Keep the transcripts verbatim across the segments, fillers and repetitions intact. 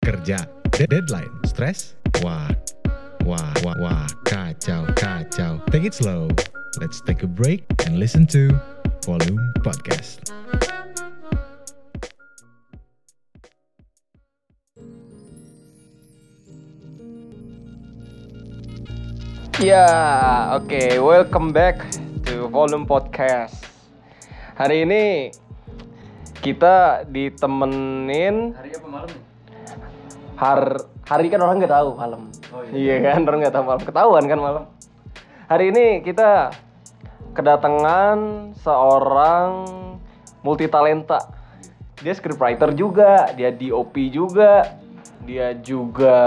kerja, deadline, stres, wah, wah, wah, wah, kacau, kacau. Take it slow. Let's take a break and listen to Volume Podcast. Ya, oke, okay. Welcome back to Volume Podcast. Hari ini kita ditemenin. Hari apa malam nih? Har, hari kan orang nggak tahu malam. Oh, iya. Iya kan, orang nggak tahu malam. Ketahuan kan malam. Hari ini kita kedatangan seorang multitalenta. Dia scriptwriter juga, dia D O P juga, dia juga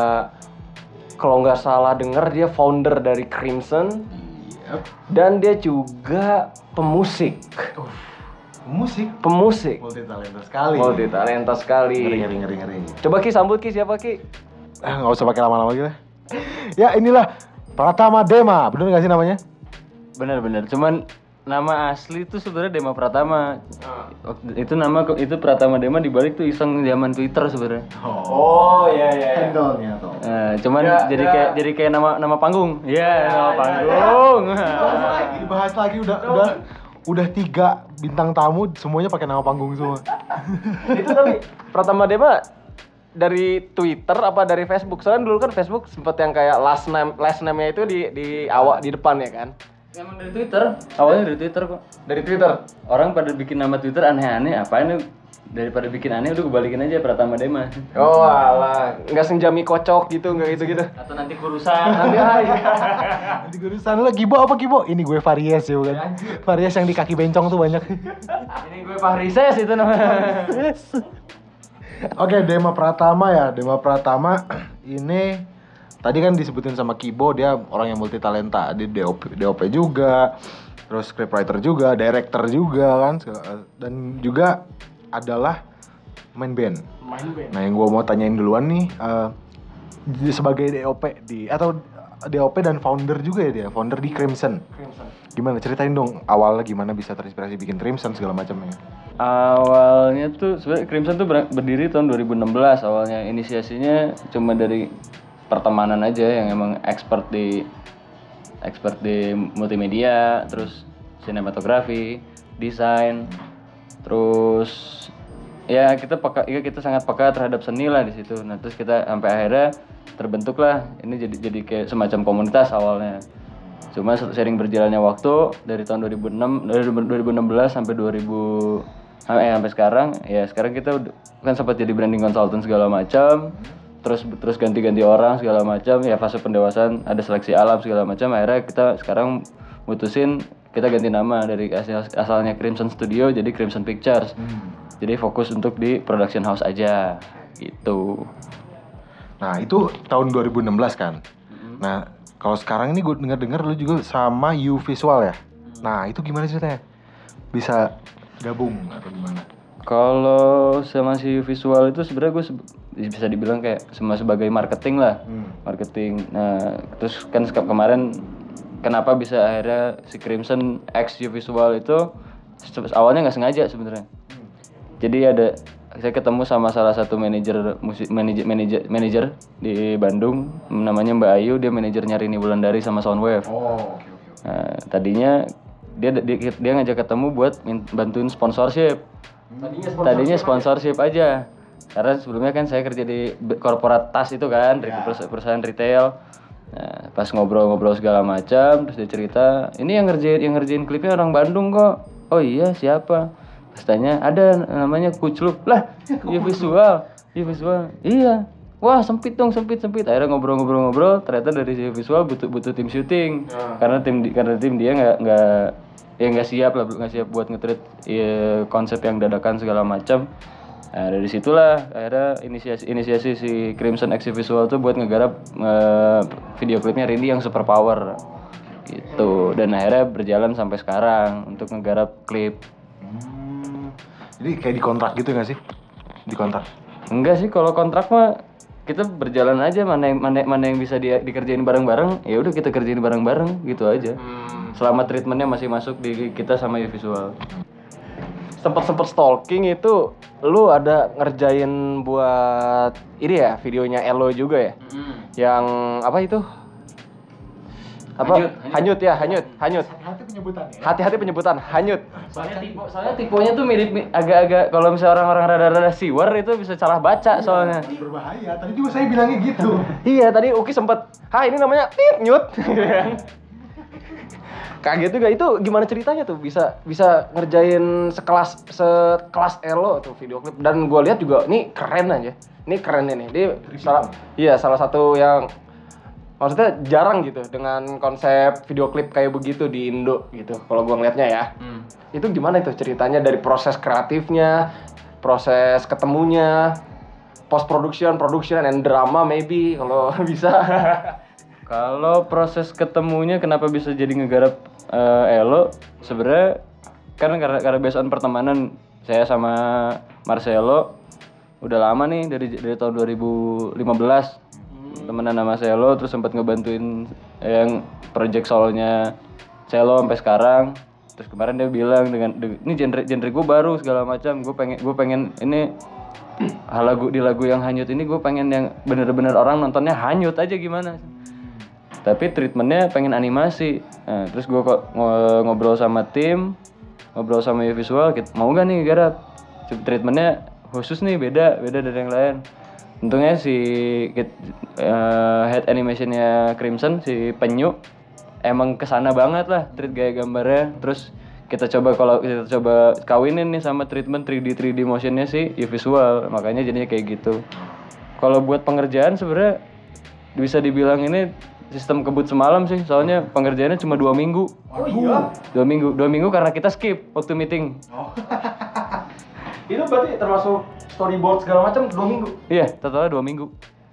kalau nggak salah dengar dia founder dari Crimson. Yep. Dan dia juga pemusik. Uh, musik Pemusik. multitalenta sekali. Multitalenta sekali. Ngeri ngeri ngeri ngeri. Coba Ki sambut Ki, siapa Ki? Ah, nggak usah pakai lama-lama lagi lah. Ya inilah Pratama Dema, bener nggak sih namanya? Benar-benar, cuman nama asli itu sebenarnya Dema Pratama. Itu nama itu Pratama Dema dibalik tuh iseng zaman Twitter sebenarnya. Oh, iya iya. iya. Handle-nya tuh. Nah, cuman Ya, jadi ya. kayak jadi kayak nama nama panggung. Iya, Ya, nama ya, panggung. Dibahas lagi, dibahas lagi udah udah udah tiga bintang tamu semuanya pakai nama panggung semua. Itu tapi Pratama Dema dari Twitter apa dari Facebook? Soalnya dulu kan Facebook sempet yang kayak last name last name-nya itu di di awal di depan ya kan? Emang dari Twitter. Awalnya dari Twitter kok. Dari Twitter. Orang pada bikin nama Twitter aneh-aneh, apain nih? Daripada bikin aneh udah gue balikin aja Pratama Dema. Oh alah, nggak senjami kocok gitu, nggak gitu-gitu. Atau nanti kurusan. Nanti aja. Nanti gue urusan lo Gibo apa Gibo? Ini gue Varies ya bukan? Varies yang di kaki bencong tuh banyak. Ini gue Fahrises itu namanya. Oke, Dema Pratama ya. Dema Pratama ini tadi kan disebutin sama Kibo, dia orang yang multi talenta. Dia D O P, D O P juga, terus scriptwriter juga, director juga kan, dan juga adalah main band. Main band. Nah, yang gue mau tanyain duluan nih, uh, sebagai D O P di atau D O P dan founder juga ya dia, founder di Crimson. Crimson. Gimana ceritain dong awalnya gimana bisa terinspirasi bikin Crimson segala macamnya. Awalnya tuh sebenarnya Crimson tuh ber- berdiri tahun dua ribu enam belas. Awalnya inisiasinya cuma dari pertemanan aja yang emang expert di expert di multimedia, terus sinematografi, desain, terus ya kita peka, ya kita sangat peka terhadap seni lah di situ. Nah terus kita sampai akhirnya terbentuklah ini jadi jadi kayak semacam komunitas awalnya. Cuma sering berjalannya waktu dari tahun dua ribu enam dari dua ribu enam belas sampai dua ribu eh sampai sekarang ya sekarang kita udah, kan sempat jadi branding consultant segala macam. Terus terus ganti-ganti orang segala macam ya fase pendewasaan ada seleksi alam segala macam akhirnya kita sekarang mutusin kita ganti nama dari asal, asalnya Crimson Studio jadi Crimson Pictures. Hmm. Jadi fokus untuk di production house aja gitu. Nah, itu tahun dua ribu enam belas kan. Mm-hmm. Nah, kalau sekarang ini gue dengar-dengar lu juga sama U Visual ya. Mm. Nah, itu gimana ceritanya? Bisa gabung atau gimana? Kalau sama si visual itu sebenarnya gue se- bisa dibilang kayak semua sebagai marketing lah, hmm. marketing. Nah, terus kan ke- kemarin kenapa bisa akhirnya si Crimson X U Visual itu se- awalnya nggak sengaja sebenarnya. Hmm. Jadi ada saya ketemu sama salah satu manajer musik manajer manajer manajer di Bandung namanya Mbak Ayu, dia manajernya Rini Wulandari sama Soundwave. Oh, oke okay, oke. Okay, okay. Nah, tadinya dia dia, dia ngajak ketemu buat min- bantuin sponsorship. Tadinya sponsorship, Tadinya sponsorship aja. aja. Karena sebelumnya kan saya kerja di korporat tas itu kan, ya. perusahaan retail. Nah, pas ngobrol-ngobrol segala macam, terus dia cerita, ini yang ngerjain yang ngerjain klipnya orang Bandung kok. Oh iya, siapa? Terus tanya, ada namanya Kucluk. Lah, ya visual, ya visual. Iya. Wah, sempit dong, sempit sempit. Akhirnya ngobrol-ngobrol-ngobrol, ternyata dari si visual butuh butuh tim syuting. Ya. Karena tim karena tim dia nggak nggak ya nggak siap lah, nggak siap buat nge-treat ya, konsep yang dadakan segala macam. Nah dari situlah akhirnya inisiasi inisiasi si Crimson X Visual tuh buat ngegarap nge- video klipnya Rindy yang super power gitu. Dan akhirnya berjalan sampai sekarang untuk ngegarap klip. Hmm, jadi kayak dikontrak gitu nggak sih? Dikontrak? Enggak sih, kalau kontrak mah kita berjalan aja, mana yang mana, mana yang bisa di, dikerjain bareng-bareng ya udah kita kerjain bareng-bareng gitu aja. Hmm. Selama treatmentnya masih masuk di kita sama visual. sempet-sempet stalking itu lu ada ngerjain buat ini ya videonya Elo juga ya? Hmm. Yang apa itu? Apa? Hanyut, Hanyut, hanyut. ya, hanyut, hanyut. Hati penyebutan ya. Hati-hati penyebutan, hanyut. Soalnya tipe, soalnya tipenya tuh mirip mi- agak-agak kalau misalnya orang-orang rada-rada siwer itu bisa salah baca soalnya. Berbahaya. Tadi juga saya bilangnya gitu. Iya, tadi Uki sempet, "Ha, ini namanya tit nyut." Kaget juga. Itu gimana ceritanya tuh bisa bisa ngerjain sekelas sekelas Elo tuh video klip, dan gua lihat juga ini keren aja. Ini keren ini. Dia salah iya salah satu yang maksudnya jarang gitu dengan konsep video klip kayak begitu di Indo gitu. Kalau gua ngeliatnya ya. Hmm. Itu gimana itu ceritanya dari proses kreatifnya, proses ketemunya, post production, production and drama maybe kalau bisa. Kalau proses ketemunya kenapa bisa jadi ngegarap eh, Elo? Sebenarnya kan karena karena based on pertemanan saya sama Marcelo udah lama nih dari dari tahun dua ribu lima belas temenan sama Marcelo, terus sempat ngebantuin yang project solonya Celo sampai sekarang. Terus kemarin dia bilang dengan de- ini genre genre gue baru segala macam, gue pengen gue pengen ini hal lagu di lagu yang hanyut ini gue pengen yang bener-bener orang nontonnya hanyut aja gimana. Tapi treatmentnya pengen animasi. Nah, terus gue kok ng- ngobrol sama tim, ngobrol sama visual, gitu, mau gak nih garap? Treatmentnya khusus nih, beda, beda dari yang lain. Untungnya si uh, head animationnya Crimson, si Penyu, emang kesana banget lah treat gaya gambarnya. Terus kita coba kalau kita coba kawinin nih sama treatment tiga D tiga D motionnya si visual, makanya jadinya kayak gitu. Kalau buat pengerjaan sebenarnya bisa dibilang ini sistem kebut semalam sih, soalnya pengerjaannya cuma dua minggu. Oh iya. Dua minggu, dua minggu karena kita skip waktu meeting. Itu berarti termasuk storyboard segala macam dua minggu. Iya, totalnya dua minggu.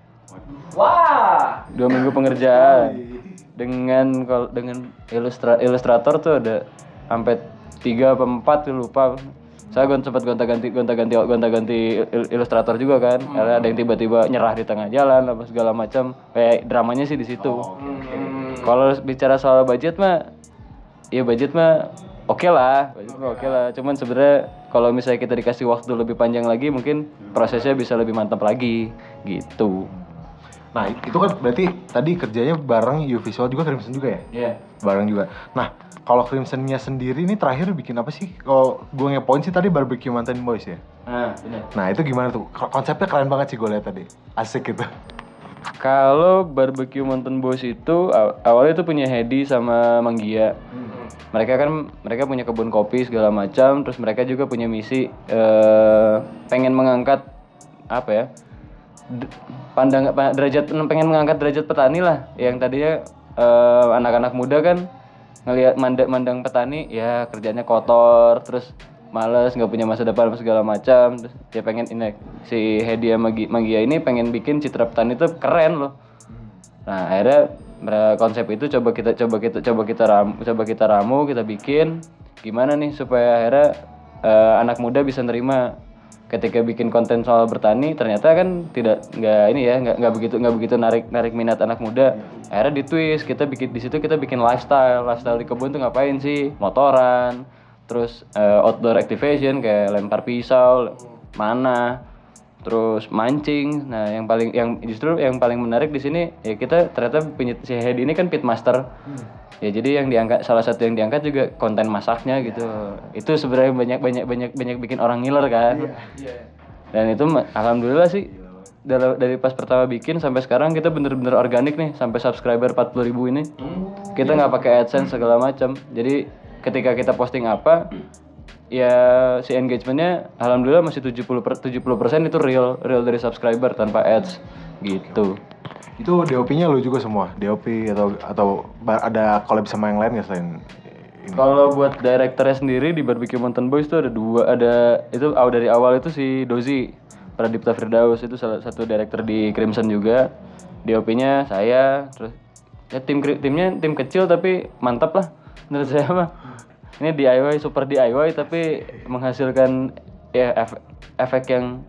Wah. Dua minggu pengerjaan. Dengan kalau dengan ilustra, ilustrator tuh ada sampai tiga atau empat lupa. Saya gon sempat gonta-ganti gonta-ganti gonta-ganti ilustrator juga kan. Hmm. Karena ada yang tiba-tiba nyerah di tengah jalan apa segala macam. Kayak dramanya sih di situ. Oh, okay, okay. Hmm. Kalau bicara soal budget mah ya budget mah oke okay lah, budget mah oke okay lah. Cuman sebenarnya kalau misalnya kita dikasih waktu lebih panjang lagi mungkin prosesnya bisa lebih mantap lagi gitu. Nah, itu kan berarti tadi kerjanya bareng U-Visual juga, Crimson juga ya? Iya. Yeah. Bareng juga. Nah, kalau Crimson-nya sendiri ini terakhir bikin apa sih? Kalau gue ngepoint sih tadi Barbecue Mountain Boys ya? Nah, benar. Nah, itu gimana tuh? Konsepnya keren banget sih gue lihat tadi. Asik gitu. Kalau Barbecue Mountain Boys itu aw- awalnya itu punya Hedi sama Manggia. Hmm. Mereka kan mereka punya kebun kopi segala macam, terus mereka juga punya misi eh, pengen mengangkat apa ya? D- pandang pa- derajat pengen mengangkat derajat petani lah. Yang tadinya eh, anak-anak muda kan ngelihat mandang, mandang petani ya kerjanya kotor, terus males, nggak punya masa depan segala macam. Terus dia pengen ini si Hedi sama Gi- Manggia ini pengen bikin citra petani itu keren loh. Nah akhirnya mere- konsep itu coba kita coba kita coba kita ramu coba kita ramu kita bikin gimana nih supaya akhirnya eh, anak muda bisa nerima ketika bikin konten soal bertani. Ternyata kan tidak nggak ini ya nggak nggak begitu nggak begitu narik narik minat anak muda. Akhirnya di twist kita bikin di situ kita bikin lifestyle lifestyle di kebun tuh ngapain sih, motoran, terus uh, outdoor activation kayak lempar pisau, mana, terus mancing. Nah, yang paling yang justru yang paling menarik di sini ya kita ternyata punya si Hedi ini kan pitmaster. Hmm. Ya jadi yang diangkat salah satu yang diangkat juga konten masaknya gitu. Itu sebenarnya banyak banyak banyak banyak bikin orang ngiler kan. Iya. Yeah. Dan itu alhamdulillah sih dari, dari pas pertama bikin sampai sekarang kita bener-bener organik nih sampai subscriber empat puluh ribu ini. Hmm. Kita nggak pakai AdSense segala macam. Jadi ketika kita posting apa ya si engagementnya alhamdulillah masih tujuh puluh persen itu real real dari subscriber tanpa ads gitu. Itu D O P-nya lu juga semua? D O P atau atau ada collab sama yang lain nggak selain ini? Kalau buat direkturnya sendiri di Barbecue Mountain Boys itu ada dua, ada itu awal dari awal itu si Dozi Pradipta Firdaus itu salah satu direktur di Crimson juga. D O P-nya saya, terus ya tim timnya tim kecil tapi mantap lah menurut saya mah. Ini D I Y super D I Y tapi menghasilkan ya efek, efek yang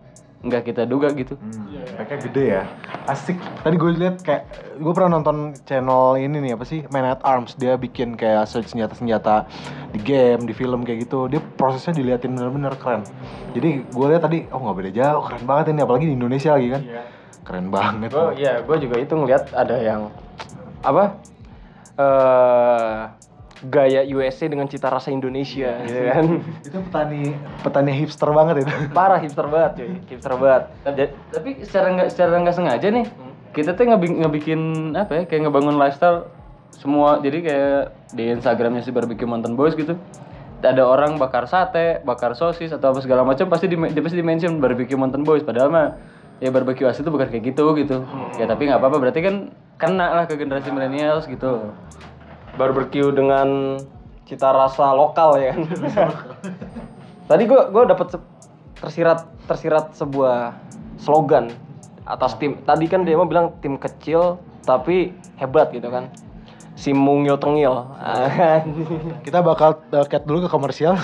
nggak kita duga gitu. Hmm, mereka gede ya, asik. Tadi gue lihat kayak gue pernah nonton channel ini nih apa sih, Man at Arms. Dia bikin kayak search senjata-senjata di game, di film kayak gitu. Dia prosesnya diliatin bener-bener keren. Jadi gue lihat tadi, oh nggak beda jauh, keren banget ini, apalagi di Indonesia lagi kan. Iya. Keren banget. Gue iya, gue juga itu ngeliat ada yang apa? Eh gaya U S A dengan cita rasa Indonesia, gitu kan? Itu petani petani hipster banget itu. Parah hipster banget, cuy, hipster banget. Tapi, tapi secara nggak secara nggak sengaja nih, kita tuh ngebi- ngebikin apa ya, kayak ngebangun lifestyle semua. Jadi kayak di Instagramnya si Barbecue Mountain Boys gitu, ada orang bakar sate, bakar sosis atau apa segala macam pasti di dia pasti di mention Barbecue Mountain Boys. Padahal mah ya barbecue asli itu bukan kayak gitu gitu. Hmm. Ya tapi nggak apa-apa, berarti kan kena lah ke generasi millennials gitu. Barbecue dengan cita rasa lokal ya kan. Tadi gue gue dapat se- tersirat tersirat sebuah slogan atas tim. Tadi kan dia mau bilang tim kecil tapi hebat gitu kan. Si mungil tengil. Kita bakal uh, cut dulu ke komersial.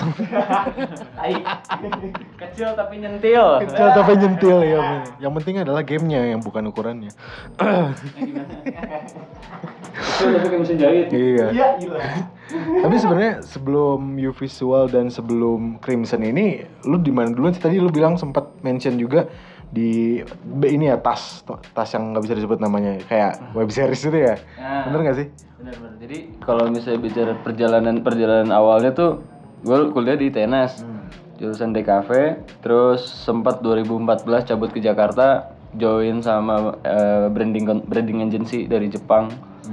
Kecil tapi nyentil. Kecil tapi nyentil ya. Yang penting adalah gamenya yang bukan ukurannya. Itu tapi kayak mesin jahit. Iya. Iya, gila. Tapi sebenarnya sebelum U-Visual dan sebelum Crimson ini, lu di mana dulu sih? Tadi lu bilang sempat mention juga di ini ya, tas tas yang nggak bisa disebut namanya, kayak web series itu ya. Nah, bener nggak sih? Bener-bener. Jadi kalau misalnya bicara perjalanan perjalanan awalnya tuh, gue kuliah di T N S, hmm. jurusan D K V, terus sempat dua ribu empat belas cabut ke Jakarta, join sama uh, branding branding agency dari Jepang.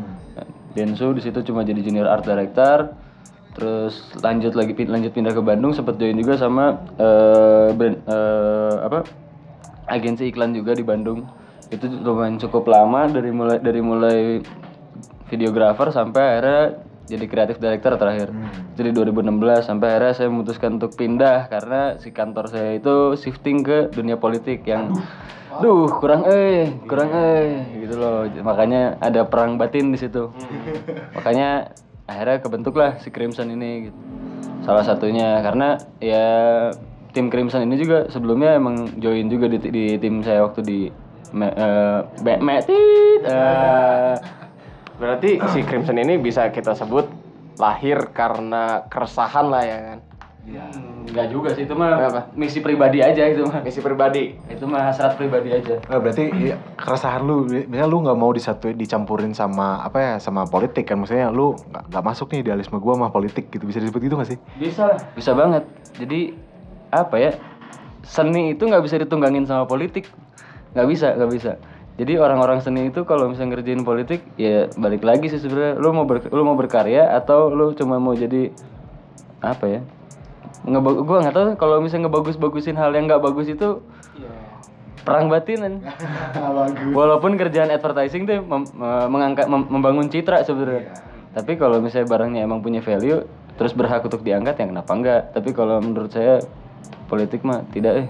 Densu, di situ cuma jadi junior art director, terus lanjut lagi lanjut pindah ke Bandung, sempat join juga sama uh, brand uh, apa agensi iklan juga di Bandung. Itu lumayan cukup lama, dari mulai dari mulai videographer sampai akhirnya jadi creative director terakhir. Hmm. Jadi dua ribu enam belas sampai akhirnya saya memutuskan untuk pindah karena si kantor saya itu shifting ke dunia politik yang duh kurang eh kurang eh gitu loh, makanya ada perang batin di situ. Makanya akhirnya kebentuklah si Crimson ini gitu. Salah satunya karena ya tim Crimson ini juga sebelumnya emang join juga di, di tim saya waktu di me, uh, be, metit uh, Berarti si Crimson ini bisa kita sebut lahir karena keresahan lah ya kan. Ya, enggak juga sih, itu mah apa? Misi pribadi aja itu mah. Misi pribadi. Itu mah hasrat pribadi aja. Nah, berarti ya, keresahan lu, misalnya lu nggak mau disatu dicampurin sama apa ya, sama politik kan, maksudnya lu nggak nggak masuk nih idealisme gua sama politik gitu, bisa disebut gitu nggak sih? Bisa, bisa banget. Jadi apa ya? Seni itu nggak bisa ditunggangin sama politik, nggak bisa, nggak bisa. Jadi orang-orang seni itu kalau misalnya ngerjain politik, ya balik lagi sih sebenarnya. Lu mau ber, lu mau berkarya atau lu cuma mau jadi apa ya? Ngebag- gue nggak tahu kalau misalnya ngebagus-bagusin hal yang nggak bagus itu yeah. perang batinan. Walaupun kerjaan advertising tuh mem- mengangkat mem- membangun citra sebenarnya. Yeah. Tapi kalau misalnya barangnya emang punya value terus berhak untuk diangkat, ya kenapa enggak? Tapi kalau menurut saya politik mah tidak eh.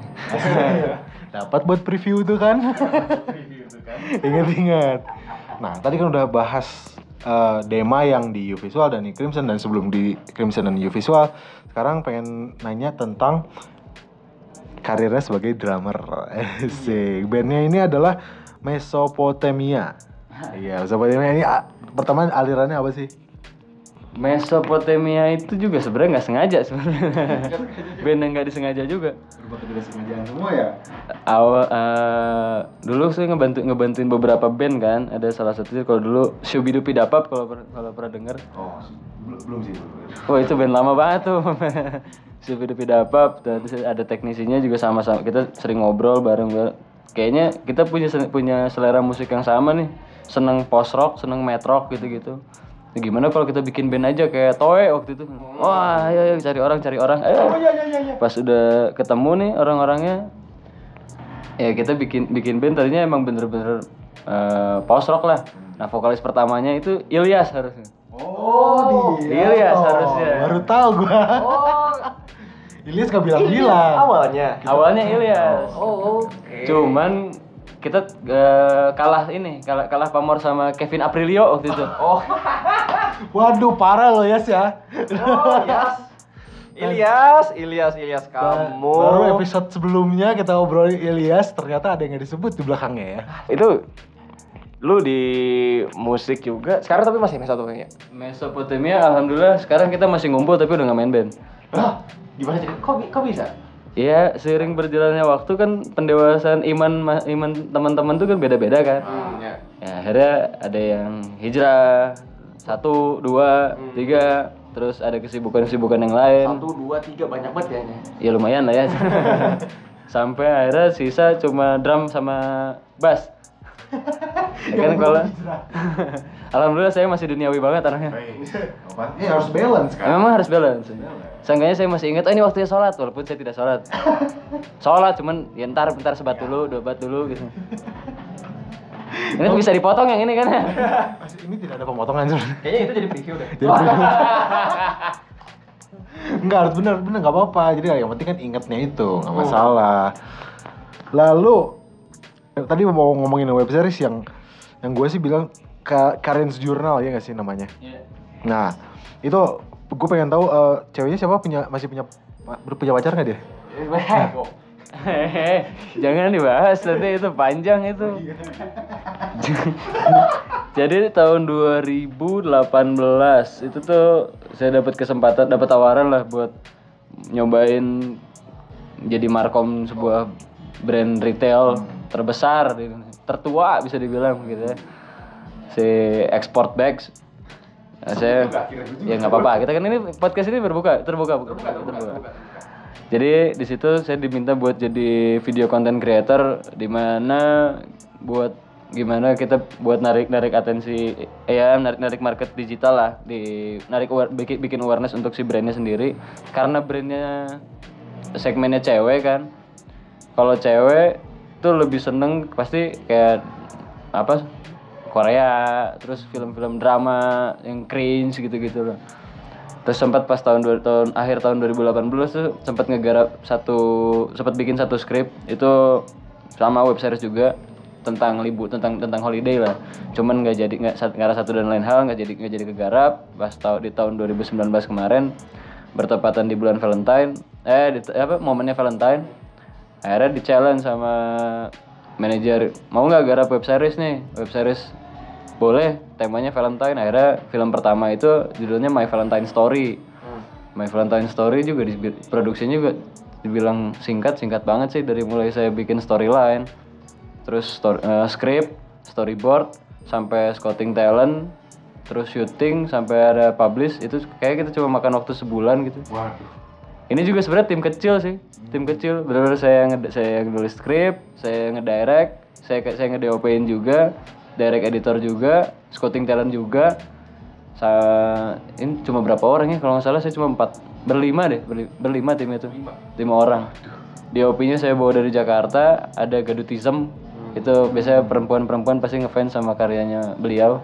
Dapat buat preview tuh kan? Ingat-ingat. Nah, tadi kan udah bahas uh, Dema yang di U-Visual dan di Crimson, dan sebelum di Crimson dan U-Visual, sekarang pengen nanya tentang karirnya sebagai drummer. Asik. Bandnya ini adalah Mesopotamia. Iya, Mesopotamia ini a- pertama alirannya apa sih? Mesopotamia itu juga sebenarnya nggak sengaja sebenarnya. Band yang nggak disengaja juga. Berbagai tidak sengajaan semua ya? Awal uh, dulu saya ngebantu ngebantuin beberapa band kan. Ada salah satunya kalau dulu Shubidupi Dapap, kalau kalau pernah dengar. Oh, belum belum sih. Oh, itu band lama banget tuh. Shubidupi Dapap, terus ada teknisinya juga sama-sama. Kita sering ngobrol bareng. Kayaknya kita punya punya selera musik yang sama nih. Seneng post rock, seneng mat rock gitu-gitu. Ya gimana kalau kita bikin band aja kayak Toe waktu itu. Wah, ayo, ayo cari orang, cari orang. Ayo. Oh iya iya iya. Pas udah ketemu nih orang-orangnya, ya kita bikin bikin band tadinya emang bener-bener uh, post rock lah. Nah, vokalis pertamanya itu Ilyas harusnya. Oh, dia. Ilyas Oh, harusnya. baru tahu gua. Oh. Ilyas gak bilang-bilang. Awalnya. Awalnya Ilyas. Oh, oke. Okay. Cuman kita uh, kalah ini, kalah kalah pamor sama Kevin Aprilio waktu itu. Oh. Waduh, parah loh Yas ya. Oh, Yas. Ilyas, Ilyas, Ilyas Ba- kamu. Baru episode sebelumnya kita ngobrolin Ilyas, ternyata ada yang nggak disebut di belakangnya ya. Itu lu di musik juga. Sekarang tapi masih Mesopotamia. Mesopotamia, alhamdulillah sekarang kita masih ngumpul tapi udah nggak main band. Hah? Gimana cerita? Kok, bi- kok bisa? Iya, seiring berjalannya waktu kan pendewasaan iman ma- iman teman-teman tuh kan beda-beda kan. Hmm, ya. Ya akhirnya ada yang hijrah satu, dua, tiga, terus ada kesibukan-kesibukan yang lain. Satu, dua, tiga banyak banget kayaknya. Ya lumayan lah ya. Sampai akhirnya sisa cuma drum sama bass. Ya kan kalau alhamdulillah saya masih duniawi banget anaknya. Ini harus balance Ya, memang harus balance. Seenggaknya saya masih ingat, oh ini waktunya sholat, walaupun saya tidak sholat. Sholat cuman ya ntar, ntar sebat dulu, dobat dulu gitu. Ini tuh bisa dipotong yang ini kan? Ini tidak ada pemotongan sebenarnya. Kayaknya itu jadi preview deh. Jadi Enggak, harus bener, bener nggak apa-apa. Jadi yang penting kan ingetnya itu, nggak masalah. Lalu tadi mau ngomongin web series yang yang gue sih bilang Ka- Karen's Journal ya nggak sih namanya? Iya. Nah itu gue pengen tahu eh, ceweknya siapa, punya masih punya punya pacar nggak dia? Hehehe, jangan dibahas nanti itu panjang itu. Jadi tahun dua ribu delapan belas itu tuh saya dapat kesempatan, dapat tawaran lah buat nyobain jadi markom sebuah brand retail terbesar, di Indonesia. Tertua bisa dibilang gitu ya. Si Export Bags. Nah, saya ya nggak apa-apa. Kita kan ini podcast ini berbuka, terbuka, bukan? Terbuka. Jadi di situ saya diminta buat jadi video content creator, di mana buat gimana kita buat narik narik atensi, ya narik narik market digital lah, di narik aware- bikin, bikin awareness untuk si brandnya sendiri, karena brandnya segmennya cewek kan. Kalau cewek tuh lebih seneng pasti kayak apa Korea, terus film-film drama yang cringe gitu-gitu loh. Terus sempat pas tahun dua, tahun akhir tahun dua ribu delapan belas tuh sempat ngegarap satu sempat bikin satu skrip itu sama web series juga tentang libur, tentang tentang holiday lah. Cuman nggak jadi nggak karena satu dan lain hal nggak jadi nggak jadi kegarap. Pas tahu di tahun dua ribu sembilan belas kemarin bertepatan di bulan Valentine, eh di, apa momennya Valentine, akhirnya di challenge sama manajer, mau nggak garap web series nih, web series boleh, temanya Valentine. Akhirnya film pertama itu judulnya My Valentine Story. My Valentine Story juga di, produksinya juga dibilang singkat singkat banget sih, dari mulai saya bikin storyline, terus story, uh, script, storyboard, sampai scouting talent, terus syuting, sampai ada publish. Itu kayak kita cuma makan waktu sebulan gitu. Waduh. Ini juga sebenarnya tim kecil sih, tim kecil. Benar-benar saya nge saya nulis skrip, saya ngedirect, saya saya nge-D O P-in juga, direct editor juga, scouting talent juga. Sa ini cuma berapa orang ya? Kalau nggak salah saya cuma empat, berlima deh, berli, berlima tim itu, lima orang. D O P-nya saya bawa dari Jakarta, ada Gadutism. Itu biasanya perempuan-perempuan pasti ngefans sama karyanya beliau.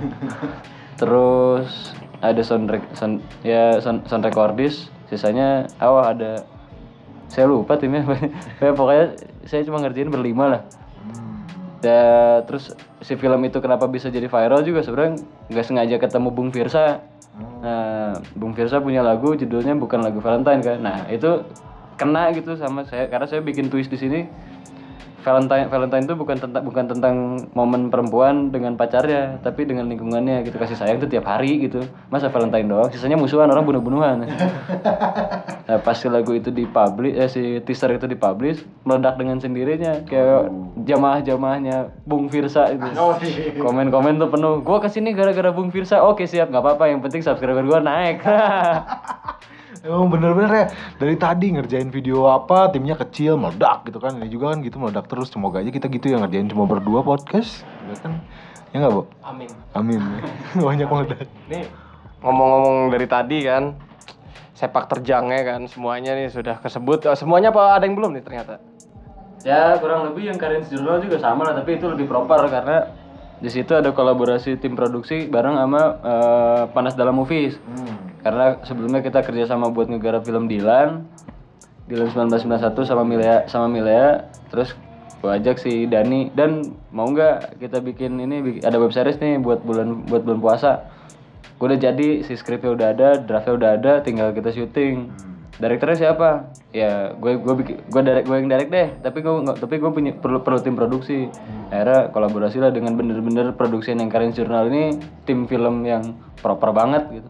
Terus ada sound, sound ya sound, sound recordist. Sisanya awal ada, saya lupa timnya. Ya, pokoknya saya cuma ngerjain berlima lah. Ya, terus si film itu kenapa bisa jadi viral juga sebenarnya nggak sengaja ketemu Bung Firsa. Nah, Bung Firsa punya lagu judulnya bukan lagu Valentine kan. Nah, itu kena gitu sama saya karena saya bikin twist di sini. Valentine Valentine itu bukan tentang bukan tentang momen perempuan dengan pacarnya, tapi dengan lingkungannya gitu. Kasih sayang itu tiap hari gitu. Masa Valentine doang, sisanya musuhan, orang bunuh-bunuhan. Nah, pas si lagu itu dipublish, eh, si teaser itu dipublish, meledak dengan sendirinya kayak jamaah-jamaahnya Bung Firsa itu. Komen-komen tuh penuh. Gua kesini gara-gara Bung Firsa. Oke, siap, nggak apa-apa. Yang penting subscriber gua naik. Emang bener-bener ya, dari tadi ngerjain video apa, timnya kecil, meledak gitu kan. Ini juga kan gitu, meledak terus. Semoga aja kita gitu ya, ngerjain cuma berdua podcast ya kan. Ya nggak, Bu? Amin. Amin. Banyak meledak. Nih ngomong-ngomong dari tadi kan, sepak terjangnya kan semuanya nih sudah kesebut. Oh, semuanya apa ada yang belum nih ternyata? Ya kurang lebih yang Karen's Journal juga sama lah, tapi itu lebih proper karena di situ ada kolaborasi tim produksi bareng sama uh, Panas Dalam Movies. Hmm. Karena sebelumnya kita kerja sama buat ngegarap film Dilan, Dilan seribu sembilan ratus sembilan puluh satu sama Milea, sama Milea. Terus gua ajak si Dani, dan mau nggak kita bikin ini, ada web series nih buat bulan buat bulan puasa. Gua udah jadi, si skripnya udah ada, draftnya udah ada, tinggal kita syuting. Direkturnya siapa? Ya gue gue bikin gue direct gue yang direct deh. Tapi gue nggak tapi gue punya perlu perlu tim produksi. Akhirnya kolaborasi lah dengan bener-bener produksi yang Karin Jurnal ini tim film yang proper banget gitu.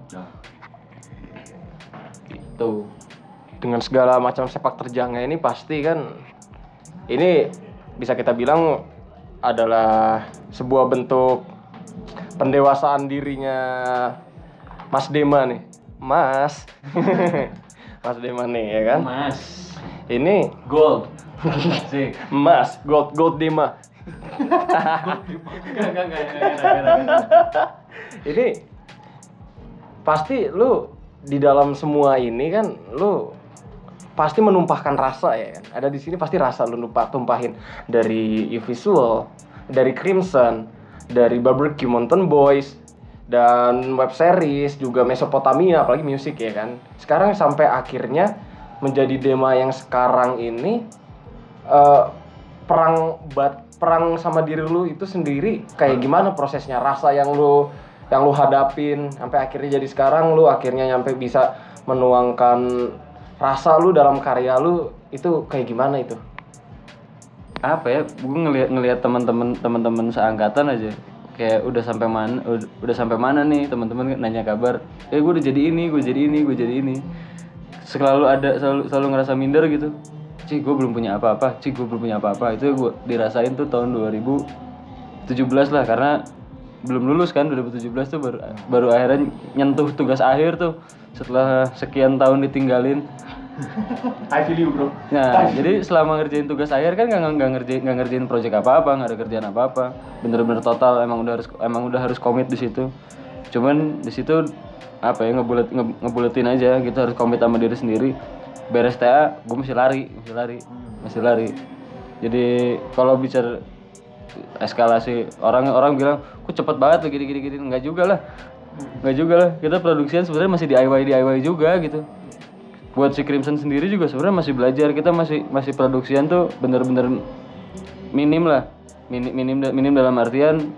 Gitu. Dengan segala macam sepak terjangnya ini pasti kan ini bisa kita bilang adalah sebuah bentuk pendewasaan dirinya Mas Dema nih. Mas. Mas Dema nih ya kan? Mas. Ini Gold. Sih. Mas, Gold Gold Dema. Enggak enggak enggak. Ini pasti lu di dalam semua ini kan lu pasti menumpahkan rasa ya kan. Ada di sini pasti rasa lu numpah tumpahin dari visual, dari Crimson, dari Barbecue Mountain Boys dan web series juga Mesopotamia apalagi musik ya kan. Sekarang sampai akhirnya menjadi Dema yang sekarang ini uh, perang bat perang sama diri lu itu sendiri kayak gimana prosesnya, rasa yang lu yang lu hadapin sampai akhirnya jadi sekarang lu akhirnya nyampe bisa menuangkan rasa lu dalam karya lu itu kayak gimana itu? Apa ya? Gue ngelihat ngelihat teman-teman teman-teman seangkatan aja kayak udah sampai mana udah, udah sampai mana nih teman-teman nanya kabar. Eh gue udah jadi ini, gue jadi ini, gue jadi ini. Selalu ada selalu selalu ngerasa minder gitu. Cih gue belum punya apa-apa, cih gue belum punya apa-apa. Itu gue dirasain tuh tahun dua ribu tujuh belas lah karena belum lulus kan dua ribu tujuh belas tuh baru baru akhirnya nyentuh tugas akhir tuh setelah sekian tahun ditinggalin. I feel you bro. Nah, jadi selama ngerjain tugas akhir kan nggak nggak ngerjain nggak ngerjain project apa-apa, nggak ada kerjaan apa-apa. Bener-bener total emang udah harus emang udah harus komit di situ. Cuman di situ apa ya ngebulet nge, ngebuletin aja gitu harus komit sama diri sendiri. Beres T A, gue masih lari, masih lari, masih lari. Jadi kalau bicara eskalasi orang orang bilang, kok cepet banget tuh gini-gini gini, nggak juga lah, nggak juga lah. Kita produksian sebenarnya masih D I Y D I Y juga gitu. Buat si Crimson sendiri juga sebenarnya masih belajar. Kita masih masih produksian tuh bener-bener minim lah, minim minim minim dalam artian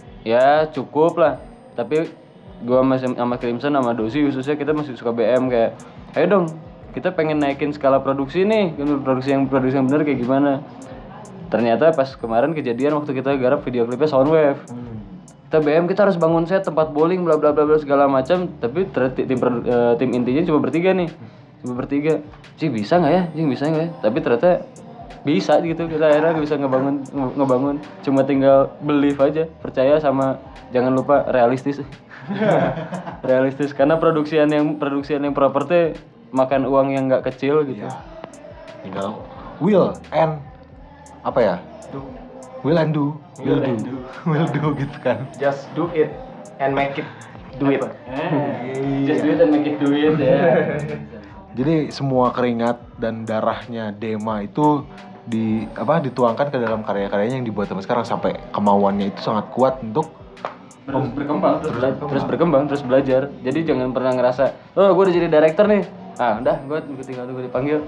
ya cukup lah. Tapi gua masih sama Crimson sama Dosi khususnya kita masih suka B M kayak, ayo dong kita pengen naikin skala produksi nih, produksi yang produksi yang bener kayak gimana. Ternyata pas kemarin kejadian waktu kita garap video klipnya Soundwave. Kita B M kita harus bangun set tempat bowling bla bla bla bla segala macam, tapi ternyata tim uh, tim intinya cuma bertiga nih. Cuma bertiga. Cih bisa enggak ya? Cih bisa enggak ya? Tapi ternyata bisa gitu. Kita akhirnya bisa ngebangun ngebangun cuma tinggal believe aja, percaya sama jangan lupa realistis. Realistis karena produksian yang produksian yang proper tuh makan uang yang enggak kecil gitu. Iya. Tinggal will and apa ya? Do. Will and do. Will Will, and do. do. Will do gitu kan. Just do it and make it do it. Just do it and make it do it ya. Jadi semua keringat dan darahnya Dema itu di apa dituangkan ke dalam karya-karyanya yang dibuat sampai sekarang sampai kemauannya itu sangat kuat untuk terus berkembang terus, bela- terus berkembang terus belajar. Jadi jangan pernah ngerasa oh gue udah jadi director nih, ah udah gue tinggal tunggu dipanggil.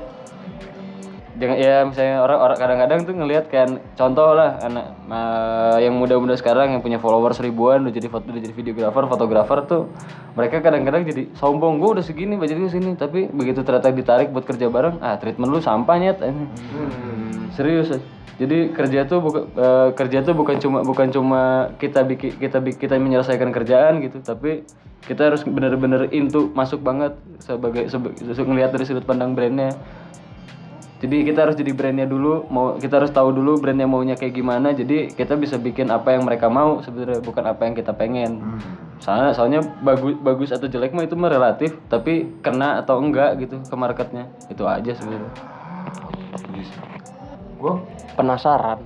Jangan ya misalnya orang orang kadang-kadang tuh ngelihat kayak contoh lah anak uh, yang muda-muda sekarang yang punya followers ribuan udah jadi foto udah jadi videografer fotografer tuh mereka kadang-kadang jadi sombong, gue udah segini budget gue segini, tapi begitu ternyata ditarik buat kerja bareng ah treatment lu sampah nyet. Hmm. Serius. Jadi kerja tuh bukan uh, kerja tuh bukan cuma bukan cuma kita bikin kita kita menyelesaikan kerjaan gitu, tapi kita harus benar-benar into masuk banget sebagai sebagai ngelihat dari sudut pandang brandnya. Jadi kita harus jadi brandnya dulu, mau kita harus tahu dulu brandnya maunya kayak gimana. Jadi kita bisa bikin apa yang mereka mau sebenarnya, bukan apa yang kita pengen. Soalnya soalnya bagus bagus atau jelek mah itu mah relatif, tapi kena atau enggak gitu ke marketnya itu aja sebenarnya. Gue penasaran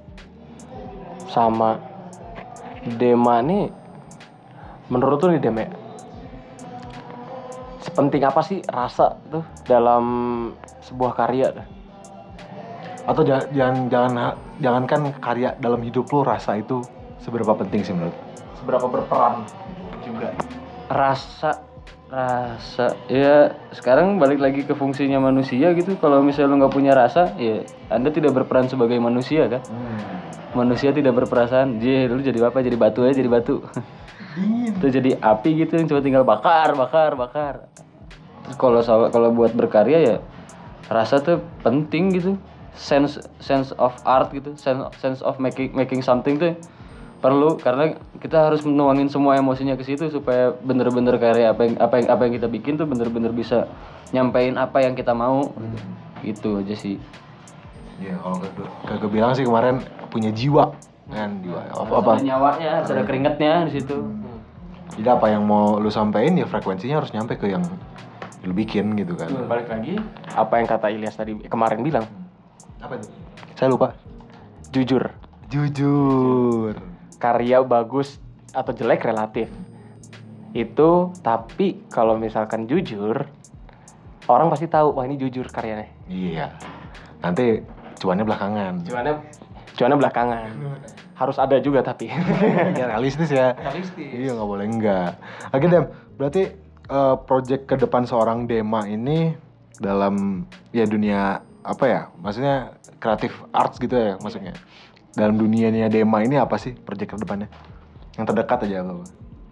sama Dema nih. Menurut lu nih Dema, sepenting apa sih rasa tuh dalam sebuah karya tuh? atau jangan jangan jangan jangankan karya dalam hidup lu, rasa itu seberapa penting sih menurut? Seberapa berperan juga? Rasa rasa ya sekarang balik lagi ke fungsinya manusia gitu. Kalau misalnya lu nggak punya rasa ya Anda tidak berperan sebagai manusia kan. Hmm. Manusia tidak berperasaan. Jadi lu jadi apa? Jadi batu aja, jadi batu. Dingin. Itu jadi api gitu yang cuma tinggal bakar bakar bakar. Terus kalau soal- kalau buat berkarya ya rasa tuh penting gitu. Sense sense of art gitu, sense sense of making making something tuh perlu, karena kita harus menuangin semua emosinya ke situ supaya bener-bener karya apa yang apa yang apa yang kita bikin tuh bener-bener bisa nyampein apa yang kita mau gitu. Gitu aja sih. Iya, kalau kagak kagak bilang sih kemarin punya jiwa kan, jiwa apa apa. Ada nyawanya, harus ada keringetnya di situ. Jadi apa yang mau lu sampein ya frekuensinya harus nyampe ke yang lu bikin gitu kan. Balik lagi apa yang kata Ilyas tadi kemarin bilang, Apa itu? Saya lupa. jujur. Jujur. Karya bagus atau jelek relatif. Itu tapi kalau misalkan jujur, orang pasti tahu wah ini jujur karyanya. Iya. Nanti cuannya belakangan. Cuannya cuannya belakangan. Harus ada juga tapi. Ya realistis ya. Realistis. Iya, nggak boleh enggak. Oke Dem, berarti eh, project ke depan seorang Dema ini dalam ya dunia apa ya? Maksudnya kreatif arts gitu ya maksudnya. Dalam dunianya Dema ini apa sih project ke depannya? Yang terdekat aja apa?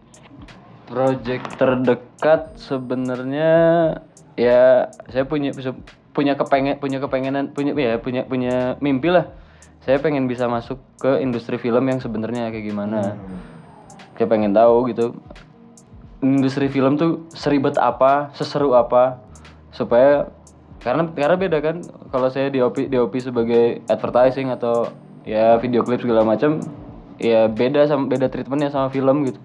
Project terdekat sebenarnya ya saya punya punya kepengen punya kepengenan punya ya punya punya mimpi lah. Saya pengen bisa masuk ke industri film yang sebenarnya kayak gimana. Saya pengen tahu gitu. Industri film tuh seribet apa, seseru apa, supaya karena karena beda kan kalau saya di O P di O P sebagai advertising atau ya video klip segala macam, ya beda sama beda treatmentnya sama film gitu.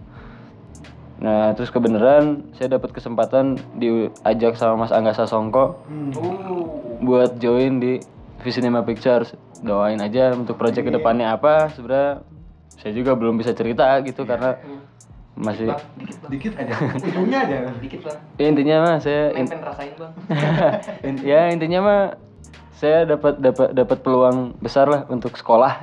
Nah terus kebenaran saya dapat kesempatan diajak sama Mas Angga Sasongko buat join di Visinema Pictures. Doain aja untuk project kedepannya apa. Sebenarnya saya juga belum bisa cerita gitu karena masih Dikit aja. Ujungnya aja. Dikit lah. ya, intinya mah saya in- Pengen rasain bang. In- ya intinya mah saya dapat dapat dapat peluang besar lah untuk sekolah.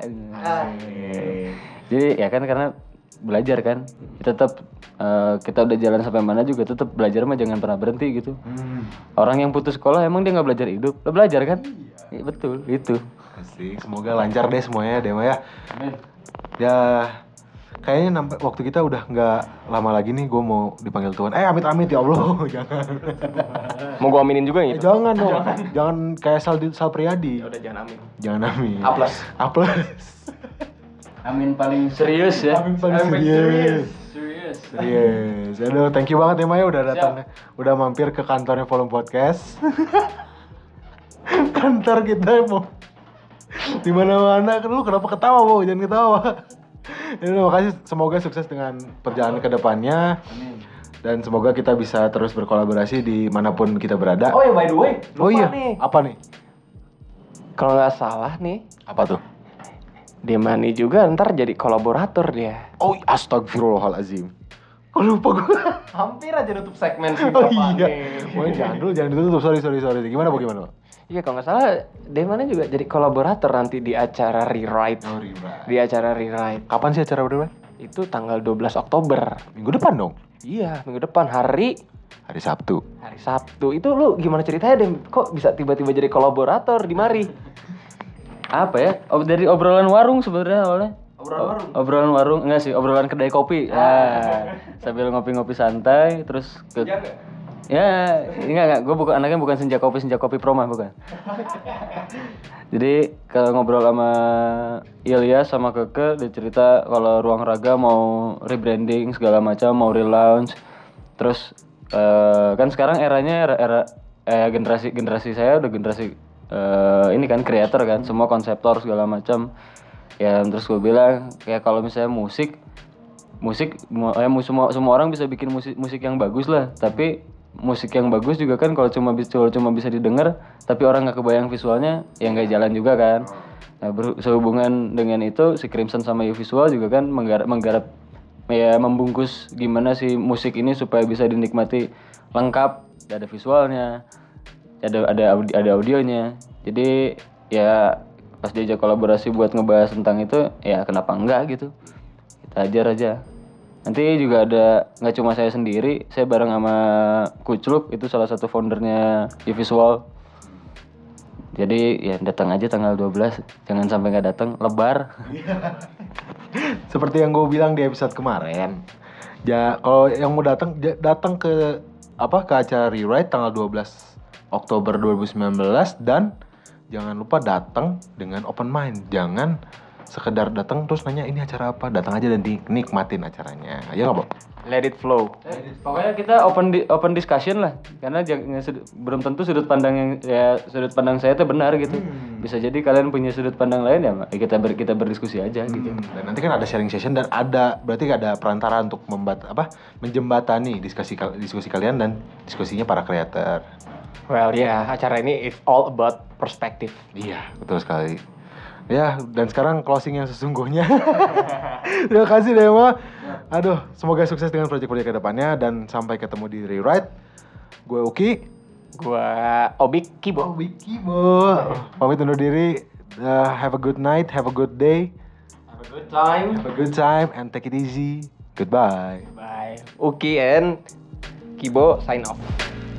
Jadi ya kan karena belajar kan, tetap eh, kita udah jalan sampai mana juga tetap belajar mah jangan pernah berhenti gitu. Orang yang putus sekolah emang dia nggak belajar hidup, lo belajar kan? Iya, betul itu. Asik, semoga lancar deh semuanya Dema ya. Ya kayaknya nampak waktu kita udah nggak lama lagi nih, gue mau dipanggil Tuhan. Eh amit-amit ya Allah, jangan. Mau gua aminin juga Eh, gitu. jangan dong, jangan kayak Sal, Sal Priadi. Udah jangan amin. Jangan amin. A plus. A plus. Amin paling serius ya. Amin paling serius. Serius. Yes, aduh thank you banget ya Maya udah datang, udah mampir ke kantornya Volume Podcast. Kantor kita mau di mana-mana, lu kenapa ketawa Bo? Jangan ketawa. Ya, terima kasih, semoga sukses dengan perjalanan ke depannya. Dan semoga kita bisa terus berkolaborasi di manapun kita berada. Oh ya by the way, lupa Oh iya, nih. apa nih? Kalau nggak salah nih, Apa tuh? Demani juga ntar jadi kolaborator dia. Oh astagfirullahalazim. Kok lupa gue? Hampir aja nutup segmen sih. Oh iya. Oh, jangan dulu, jangan ditutup. Sorry, sorry, sorry. Gimana, Bu? Gimana, Bu? Iya kalau nggak salah Demani juga jadi kolaborator nanti di acara Rewrite. Oh, Rewrite. Di acara Rewrite. Kapan sih acara berdua? Itu tanggal dua belas Oktober. Minggu depan dong. Iya, minggu depan hari Hari Sabtu. hari Sabtu. Itu lu gimana ceritanya, Dem? Kok bisa tiba-tiba jadi kolaborator di mari? Apa ya? Ob- dari obrolan warung sebenarnya awalnya. Obrolan warung? O- obrolan warung enggak sih, obrolan kedai kopi. Ya, sambil ngopi-ngopi santai terus ke Ya, enggak enggak, gue bukan anaknya bukan senja kopi senja kopi promah bukan. Jadi kalau ngobrol sama Ilyas sama Keke, dia cerita kalau Ruang Raga mau rebranding segala macam, mau relaunch. Terus eh, kan sekarang eranya era, era eh, generasi generasi saya udah generasi eh, ini kan creator kan, semua konseptor segala macam. Ya terus gue bilang kayak kalau misalnya musik musik mu- eh, mu- semua semua orang bisa bikin musik musik yang bagus lah, tapi musik yang bagus juga kan kalau cuma bisa cuma bisa didengar tapi orang nggak kebayang visualnya ya nggak jalan juga kan. Nah, ber- sehubungan dengan itu si Crimson sama U-Visual juga kan menggarap menggarap ya membungkus gimana sih musik ini supaya bisa dinikmati lengkap, ada visualnya, ada ada audi- ada audionya. Jadi ya pas diajak kolaborasi buat ngebahas tentang itu ya kenapa enggak gitu, kita ajar aja. Nanti juga ada nggak cuma saya sendiri, saya bareng sama Kucluk, itu salah satu foundernya U-Visual. Jadi ya datang aja tanggal dua belas, jangan sampai nggak datang, lebar. Seperti yang gue bilang di episode kemarin. Ya, kalau yang mau datang ja- datang ke apa ke acara Rewrite tanggal dua belas Oktober dua ribu sembilan belas dan jangan lupa datang dengan open mind. Jangan sekedar datang terus nanya ini acara apa. Datang aja dan dinikmatin acaranya. Ya nggak, Bob? Let it flow. Eh, pokoknya kita open di, open discussion lah, karena jangan sudut- belum tentu sudut pandang yang ya sudut pandang saya itu benar gitu. Bisa jadi kalian punya sudut pandang lain ya, ya kita ber, kita berdiskusi aja gitu. Hmm, dan nanti kan ada sharing session dan ada berarti ada perantara untuk membat apa menjembatani diskusi kal- diskusi kalian dan diskusinya para creator. Well, ya, acara ini is all about perspective. Iya, betul sekali. Ya, dan sekarang closing yang sesungguhnya. Terima kasih Dema. Aduh, semoga sukses dengan proyek-proyek kedepannya dan sampai ketemu di Rewrite. Gue Uki. Gua Obik Kibo. Oh, Wiki Bo. Pamit undur diri. Uh, have a good night, have a good day, Have a good time. have a good time, and take it easy. Goodbye. Bye. Uki and Kibo sign off.